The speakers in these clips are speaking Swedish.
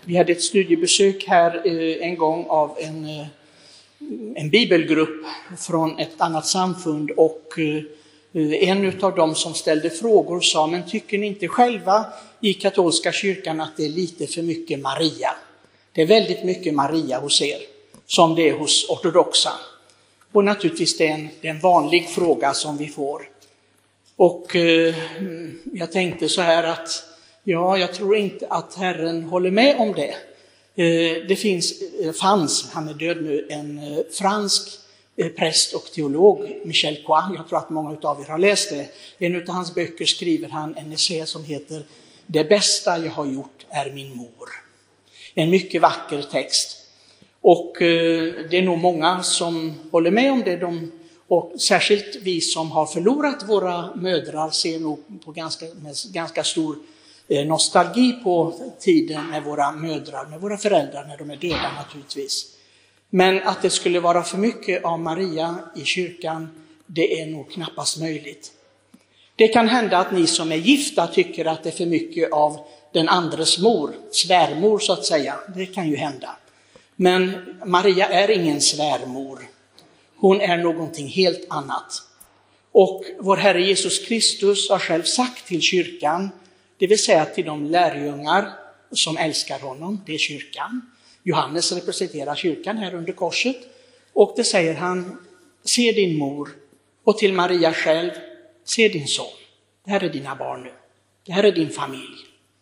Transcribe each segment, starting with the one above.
Vi hade ett studiebesök här en gång av en bibelgrupp från ett annat samfund, och en av dem som ställde frågor sa: men tycker ni inte själva i katolska kyrkan att det är lite för mycket Maria? Det är väldigt mycket Maria hos er, som det är hos ortodoxa. Och naturligtvis det är en vanlig fråga som vi får. Och jag tänkte så här att jag tror inte att Herren håller med om det. Det fanns, han är död nu, en fransk präst och teolog, Michel Coix. Jag tror att många av er har läst det. I en av hans böcker skriver han en essä som heter "Det bästa jag har gjort är min mor". En mycket vacker text. Och det är nog många som håller med om det. Och särskilt vi som har förlorat våra mödrar ser nog på ganska stor nostalgi på tiden med våra mödrar, med våra föräldrar när de är döda naturligtvis. Men att det skulle vara för mycket av Maria i kyrkan, det är nog knappast möjligt. Det kan hända att ni som är gifta tycker att det är för mycket av den andres mor, svärmor så att säga. Det kan ju hända. Men Maria är ingen svärmor. Hon är någonting helt annat. Och vår Herre Jesus Kristus har själv sagt till kyrkan, det vill säga till de lärjungar som älskar honom, det är kyrkan. Johannes representerar kyrkan här under korset. Och det säger han: se din mor. Och till Maria själv: se din son. Det här är dina barn nu. Det här är din familj.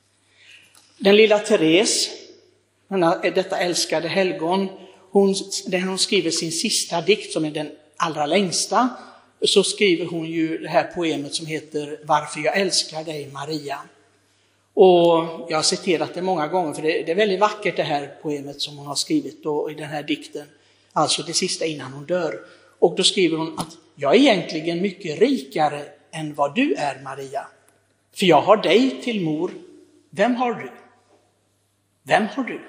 Den lilla Therese, detta älskade helgon, när hon skriver sin sista dikt som är den allra längsta, så skriver hon ju det här poemet som heter "Varför jag älskar dig Maria". Och jag har citerat det många gånger, för det är väldigt vackert det här poemet som hon har skrivit då, i den här dikten. Alltså det sista innan hon dör. Och då skriver hon att jag är egentligen mycket rikare än vad du är Maria. För jag har dig till mor. Vem har du? Vem har du?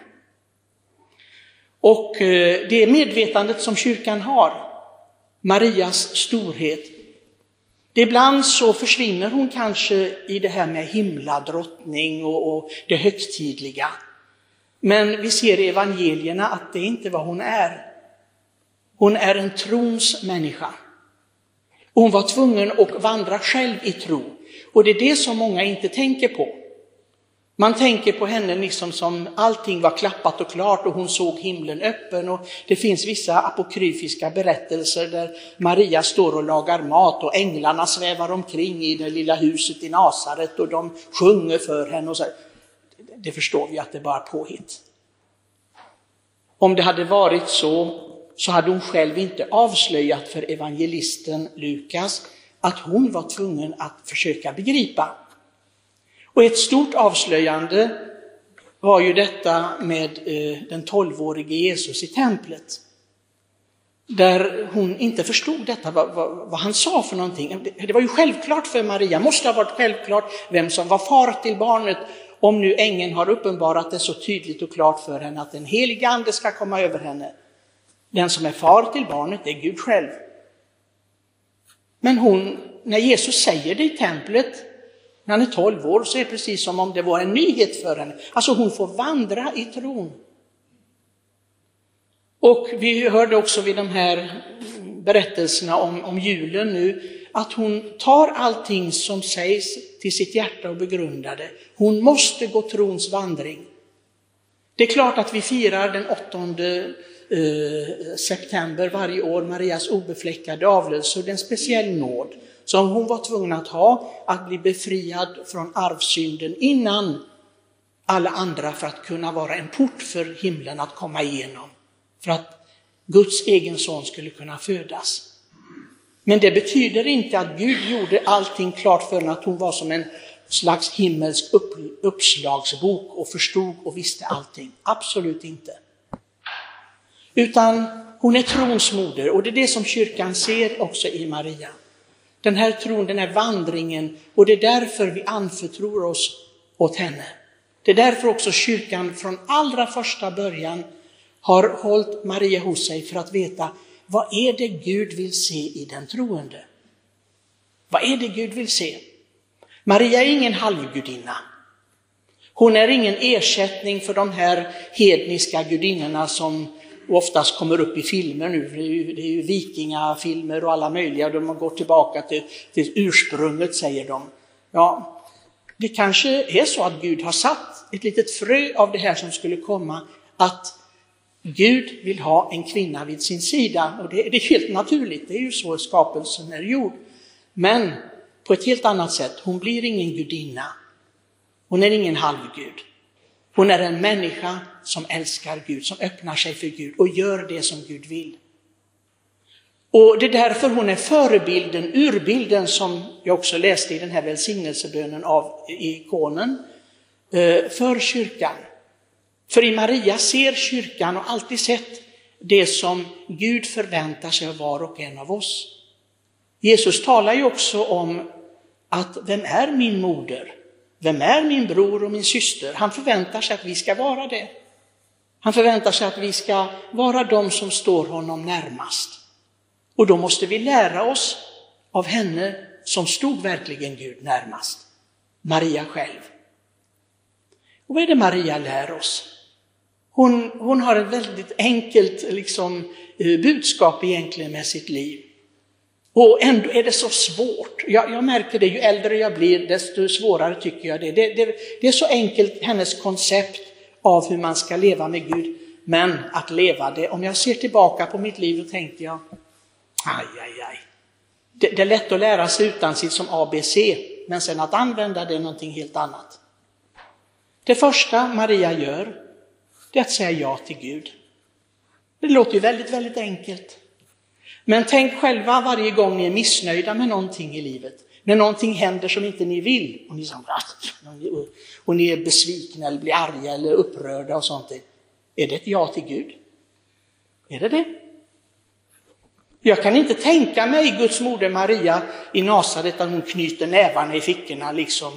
Och det är medvetandet som kyrkan har. Marias storhet. Ibland så försvinner hon kanske i det här med himladrottning och det högtidliga. Men vi ser i evangelierna att det inte är vad hon är. Hon är en trons människa. Hon var tvungen att vandra själv i tro. Och det är det som många inte tänker på. Man tänker på henne liksom som allting var klappat och klart och hon såg himlen öppen. Och det finns vissa apokryfiska berättelser där Maria står och lagar mat och änglarna svävar omkring i det lilla huset i Nasaret och de sjunger för henne. Och så. Det förstår vi att det bara är påhitt. Om det hade varit så hade hon själv inte avslöjat för evangelisten Lukas att hon var tvungen att försöka begripa. Och ett stort avslöjande var ju detta med den 12-årige Jesus i templet. Där hon inte förstod detta, vad han sa för någonting. Det var ju självklart för Maria, måste ha varit självklart vem som var far till barnet. Om nu ängeln har uppenbarat det så tydligt och klart för henne att den heliga ande ska komma över henne. Den som är far till barnet är Gud själv. Men när Jesus säger det i templet, när han är 12 år, så är det precis som om det var en nyhet för henne. Alltså hon får vandra i tron. Och vi hörde också vid de här berättelserna om julen nu, att hon tar allting som sägs till sitt hjärta och begrundar det. Hon måste gå trons vandring. Det är klart att vi firar den 8 september varje år Marias obefläckade avlöselse, och det är en speciell nåd som hon var tvungen att ha, att bli befriad från arvsynden innan alla andra, för att kunna vara en port för himlen att komma igenom, för att Guds egen son skulle kunna födas. Men det betyder inte att Gud gjorde allting klart för henne, att hon var som en slags himmelsk uppslagsbok och förstod och visste allting. Absolut inte. Utan hon är trons moder, och det är det som kyrkan ser också i Maria. Den här tron, den här vandringen, och det är därför vi anförtror oss åt henne. Det är därför också kyrkan från allra första början har hållit Maria hos sig, för att veta vad är det Gud vill se i den troende. Vad är det Gud vill se? Maria är ingen halvgudinna. Hon är ingen ersättning för de här hedniska gudinnorna som oftast kommer upp i filmer nu. Det är ju vikingafilmer och alla möjliga. De går tillbaka till ursprunget, säger de. Ja, det kanske är så att Gud har satt ett litet frö av det här som skulle komma. Att Gud vill ha en kvinna vid sin sida. Och det är helt naturligt. Det är ju så skapelsen är gjord. Men på ett helt annat sätt. Hon blir ingen gudinna. Hon är ingen halvgud. Hon är en människa som älskar Gud, som öppnar sig för Gud och gör det som Gud vill. Och det är därför hon är förebilden, urbilden som jag också läste i den här välsignelsebönen av ikonen för kyrkan. För i Maria ser kyrkan och alltid sett det som Gud förväntar sig av var och en av oss. Jesus talar ju också om att vem är min moder? Vem är min bror och min syster? Han förväntar sig att vi ska vara det. Han förväntar sig att vi ska vara de som står honom närmast. Och då måste vi lära oss av henne som stod verkligen Gud närmast. Maria själv. Och vad är det Maria lär oss? Hon har ett väldigt enkelt budskap egentligen med sitt liv. Och ändå är det så svårt. Jag märker det, ju äldre jag blir desto svårare tycker jag det. Det är så enkelt, hennes koncept av hur man ska leva med Gud. Men att leva det, om jag ser tillbaka på mitt liv och tänker jag, aj. Det är lätt att lära sig utan sitt som ABC, men sen att använda det är någonting helt annat. Det första Maria gör, det är att säga ja till Gud. Det låter ju väldigt, väldigt enkelt. Men tänk själva varje gång ni är missnöjda med någonting i livet. När någonting händer som inte ni vill. Och ni är besvikna eller blir arga eller upprörda och sånt. Är det ett ja till Gud? Är det det? Jag kan inte tänka mig Guds moder Maria i Nasaret att hon knyter nävarna i fickorna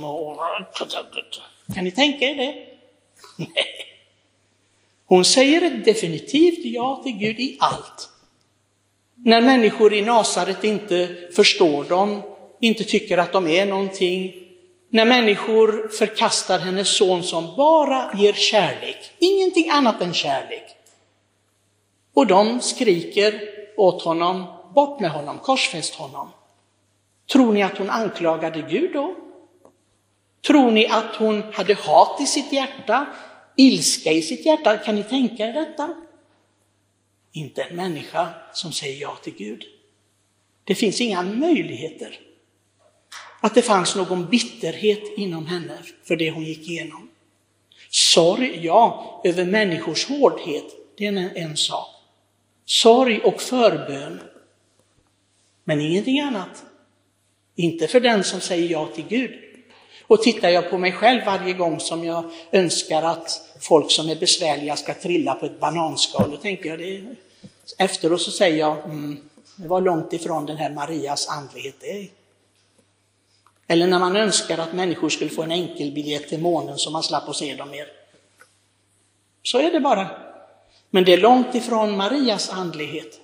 Kan ni tänka er det? Nej. Hon säger ett definitivt ja till Gud i allt. När människor i Nasaret inte förstår dem, inte tycker att de är någonting. När människor förkastar hennes son som bara ger kärlek. Ingenting annat än kärlek. Och de skriker åt honom, bort med honom, korsfäst honom. Tror ni att hon anklagade Gud då? Tror ni att hon hade hat i sitt hjärta? Ilska i sitt hjärta? Kan ni tänka er detta? Inte en människa som säger ja till Gud. Det finns inga möjligheter att det fanns någon bitterhet inom henne för det hon gick igenom. Sorg, ja, över människors hårdhet, det är en sak. Sorg och förbön, men ingenting annat. Inte för den som säger ja till Gud. Och tittar jag på mig själv varje gång som jag önskar att folk som är besvärliga ska trilla på ett bananskal, då tänker jag det. Efteråt så säger jag, det var långt ifrån den här Marias andlighet. Eller när man önskar att människor skulle få en enkel biljett till månen så man slapp att se dem mer. Så är det bara. Men det är långt ifrån Marias andlighet.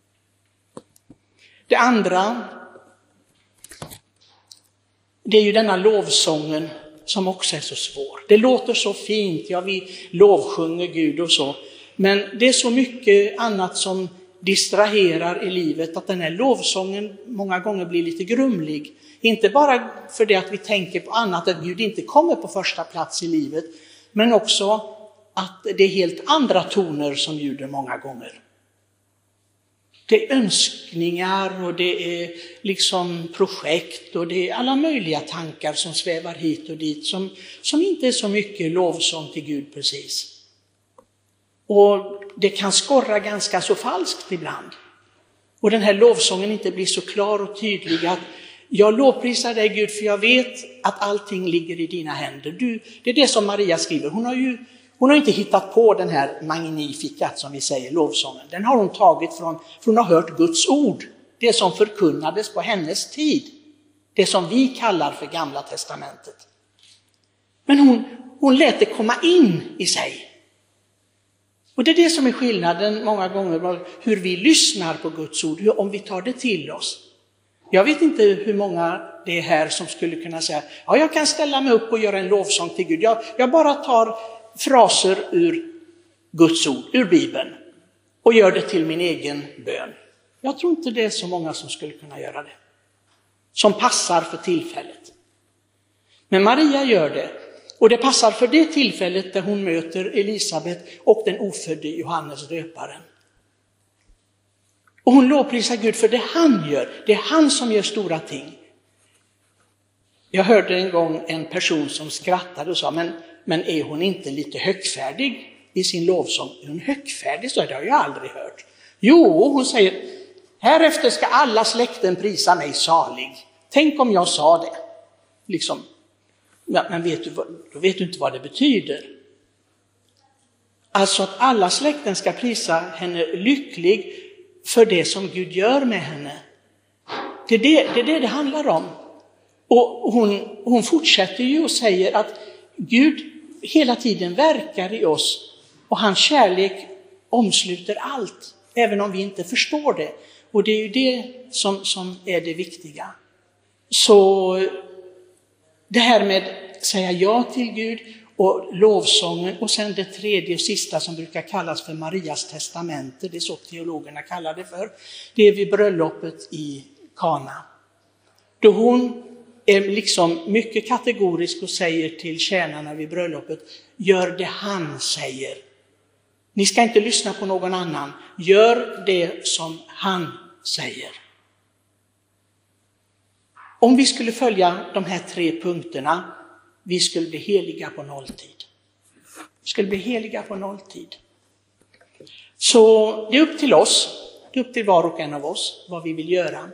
Det andra, det är ju denna lovsången som också är så svår. Det låter så fint, ja vi lovsjunger Gud och så. Men det är så mycket annat som distraherar i livet att den här lovsången många gånger blir lite grumlig. Inte bara för det att vi tänker på annat, att Gud inte kommer på första plats i livet. Men också att det är helt andra toner som ljuder många gånger. Det är önskningar och det är liksom projekt och det är alla möjliga tankar som svävar hit och dit som inte är så mycket lovsång till Gud precis. Och det kan skorra ganska så falskt ibland. Och den här lovsången inte blir så klar och tydlig att jag lovprisar dig Gud för jag vet att allting ligger i dina händer. Det är det som Maria skriver. Hon har inte hittat på den här magnificat som vi säger, lovsången. Den har hon tagit för hon har hört Guds ord. Det som förkunnades på hennes tid. Det som vi kallar för Gamla testamentet. Men hon lät det komma in i sig. Och det är det som är skillnaden många gånger hur vi lyssnar på Guds ord. Om vi tar det till oss. Jag vet inte hur många det här som skulle kunna säga, ja, jag kan ställa mig upp och göra en lovsång till Gud. Jag bara tar fraser ur Guds ord, ur Bibeln, och gör det till min egen bön. Jag tror inte det är så många som skulle kunna göra det, som passar för tillfället. Men Maria gör det, och det passar för det tillfället där hon möter Elisabet och den ofödde Johannes döparen. Och hon lovprisar Gud för det han gör. Det är han som gör stora ting. Jag hörde en gång en person som skrattade och sa, men är hon inte lite högfärdig i sin lovsång? Är hon högfärdig? Så det har jag aldrig hört. Jo, hon säger, härefter ska alla släkten prisa mig salig. Tänk om jag sa det. Liksom. Men då vet du inte vad det betyder. Alltså att alla släkten ska prisa henne lycklig för det som Gud gör med henne. Det är det handlar om. Och hon fortsätter ju och säger att Gud hela tiden verkar i oss. Och hans kärlek omsluter allt, även om vi inte förstår det. Och det är ju det som är det viktiga. Så det här med att säga ja till Gud och lovsången, och sen det tredje och sista som brukar kallas för Marias testamente, det är så teologerna kallar det för, det är vid bröllopet i Kana. Då hon är liksom mycket kategorisk och säger till tjänarna vid bröllopet, gör det han säger. Ni ska inte lyssna på någon annan, gör det som han säger. Om vi skulle följa de här 3 punkterna, vi skulle bli heliga på nolltid. Vi skulle bli heliga på nolltid. Så det är upp till oss, det är upp till var och en av oss vad vi vill göra.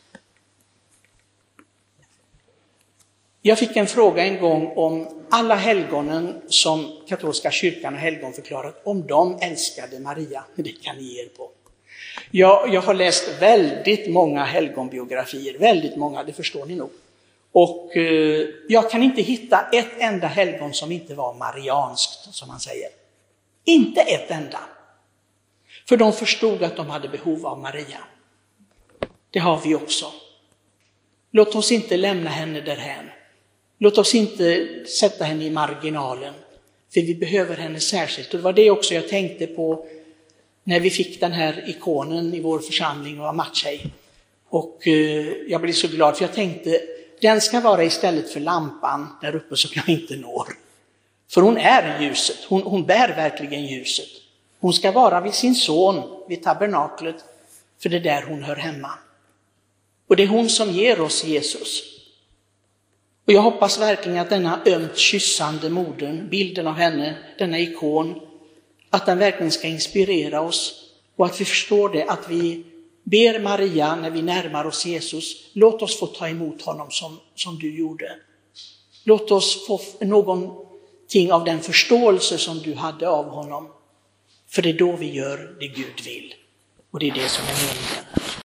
Jag fick en fråga en gång om alla helgonen som katolska kyrkan har helgonförklarat, om de älskade Maria. Det kan ni ge er på. Jag har läst väldigt många helgonbiografier, väldigt många, det förstår ni nog. Och jag kan inte hitta ett enda helgon som inte var marianskt, som man säger. Inte ett enda. För de förstod att de hade behov av Maria. Det har vi också. Låt oss inte lämna henne därhän. Låt oss inte sätta henne i marginalen. För vi behöver henne särskilt. Och det var det också jag tänkte på när vi fick den här ikonen i vår församling av Maciej. Och jag blev så glad, för jag tänkte, den ska vara istället för lampan där uppe som jag inte når. För hon är ljuset, hon bär verkligen ljuset. Hon ska vara vid sin son, vid tabernaklet, för det är där hon hör hemma. Och det är hon som ger oss Jesus. Och jag hoppas verkligen att denna ömt kyssande modern, bilden av henne, denna ikon, att den verkligen ska inspirera oss, och att vi förstår det, att vi ber Maria när vi närmar oss Jesus, låt oss få ta emot honom som du gjorde. Låt oss få någonting av den förståelse som du hade av honom. För det är då vi gör det Gud vill. Och det är det som är meningen.